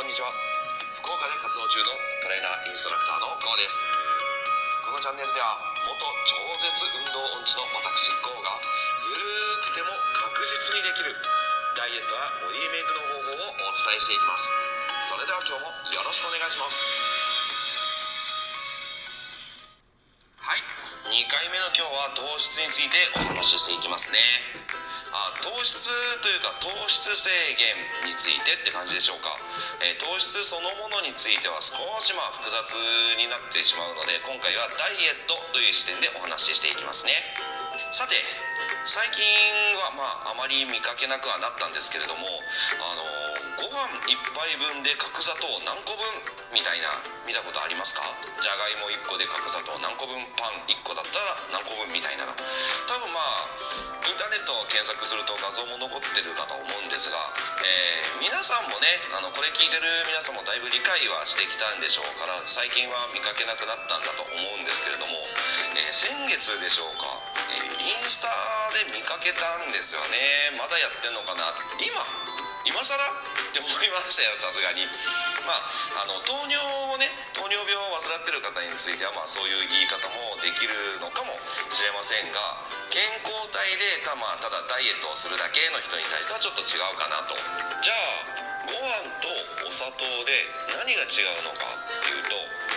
にちは。福岡で活動中のトレーナーインストラクターのゴーです。このチャンネルでは元超絶運動音痴の私ゴーがゆるくても確実にできるダイエットやボディメイクの方法をお伝えしていきます。それでは今日もよろしくお願いします。はい、2回目の今日は糖質についてお話ししていきますね。糖質というか糖質制限についてって感じでしょうか。糖質そのものについては少し複雑になってしまうので、今回はダイエットという視点でお話ししていきますね。さて、最近はあまり見かけなくはなったんですけれども、ご飯1杯分で角砂糖何個分みたいな、見たことありますか？じゃがいも1個で角砂糖何個分、パン1個だったら何個分みたいなの、多分インターネットを検索すると画像も残ってるかと思うんですが、皆さんもね、これ聞いてる皆さんもだいぶ理解はしてきたんでしょうから、最近は見かけなくなったんだと思うんですけれども、先月でしょうか、インスタで見かけたんですよね。まだやってんのかな、今更って思いましたよ、さすがに。糖尿病を患ってる方についてはそういう言い方もできるのかもしれませんが、健康体でただダイエットをするだけの人に対してはちょっと違うかなと。じゃあご飯とお砂糖で何が違うのかっていうと、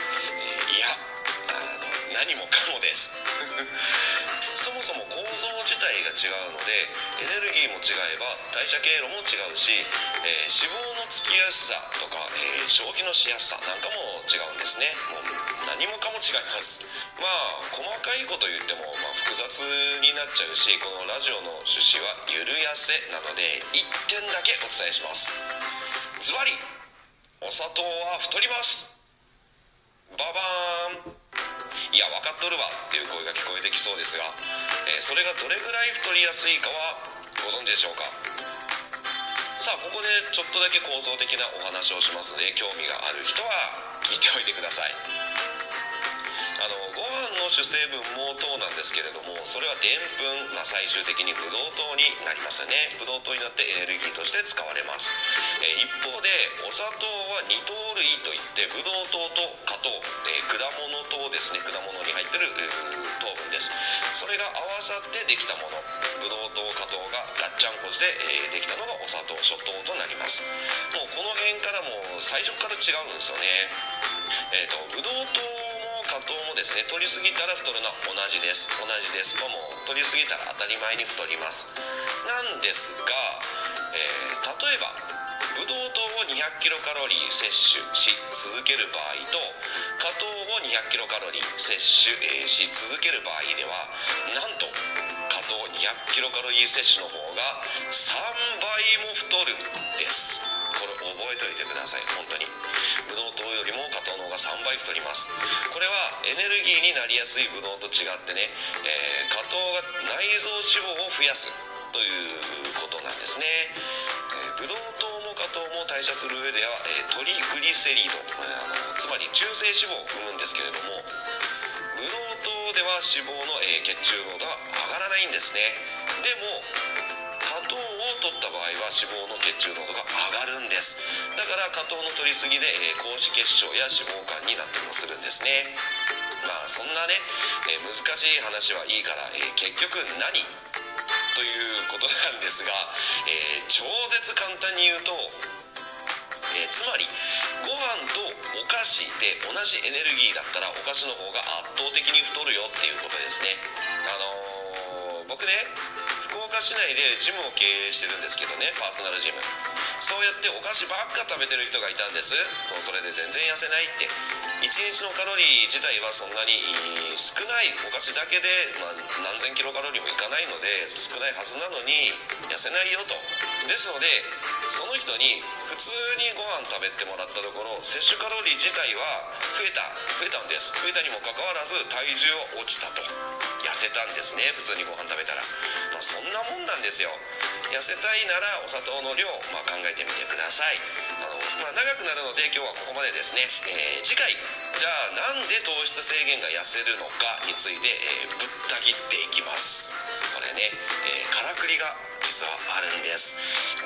何もかもですそもそも構造自体が違うので、エネルギーも違えば代謝経路も違うし、脂肪のつきやすさとか、消費のしやすさなんかも違うんですね。もう何もかも違います。細かいこと言っても複雑になっちゃうし、このラジオの趣旨はゆるやせなので1点だけお伝えします。ズバリ、お砂糖は太ります。ババーン。いや、分かっとるわっていう声が聞こえてきそうですが、それがどれぐらい太りやすいかはご存知でしょうか。さあ、ここでちょっとだけ構造的なお話をしますので、興味がある人は聞いておいてください。ご飯の主成分も糖なんですけれども、それはでんぷん、最終的にブドウ糖になりますよね。ブドウ糖になってエネルギーとして使われます。一方でお砂糖は二糖類といって、ブドウ糖と果糖、果物糖ですね、果物に入ってる糖分です。それが合わさってできたもの、ブドウ糖果糖がガッチャンコして、できたのがお砂糖諸糖となります。もうこの辺からもう最初から違うんですよね。ブドウ糖も果糖もですね、取りすぎたら太るのは同じです。もう取りすぎたら当たり前に太ります。なんですが、例えばブドウ糖を200キロカロリー摂取し続ける場合と、果糖を200キロカロリー摂取、し続ける場合では、なんと果糖200キロカロリー摂取の方が3倍も太るです。これ覚えておいてください。本当にブドウ糖よりも果糖の方が3倍太ります。これはエネルギーになりやすいブドウと違ってね、果糖が内臓脂肪を増やすということなんですね。ブドウ糖も果糖も代謝する上では、トリグリセリド、つまり中性脂肪を生むんですけれども、ブドウ糖では脂肪の、血中濃度が上がらないんですね。でも果糖を取った場合は脂肪の血中濃度が上がるんです。だから果糖の取りすぎで、高脂血症や脂肪肝になったりもするんですね。そんなね、難しい話はいいから、結局何ということなんですが、超絶簡単に言うと、つまりご飯とお菓子で同じエネルギーだったらお菓子の方が圧倒的に太るよっていうことですね。僕ね、福岡市内でジムを経営してるんですけどね、パーソナルジム。そうやってお菓子ばっか食べてる人がいたんです。それで全然痩せないって。1日のカロリー自体はそんなに少ない、お菓子だけで、何千キロカロリーもいかないので少ないはずなのに痩せないよと。ですのでその人に普通にご飯食べてもらったところ、摂取カロリー自体は増えたんです。増えたにもかかわらず体重は落ちたと、痩せたんですね。普通にご飯食べたら、そんなもんなんですよ。痩せたいならお砂糖の量、考えてみてください。長くなるので今日はここまでですね。次回、じゃあなんで糖質制限が痩せるのかについて、ぶった切っていきます。これね、からくりが実はあるんです。で、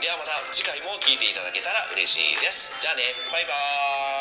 ではまた次回も聞いていただけたら嬉しいです。じゃあね、バイバーイ。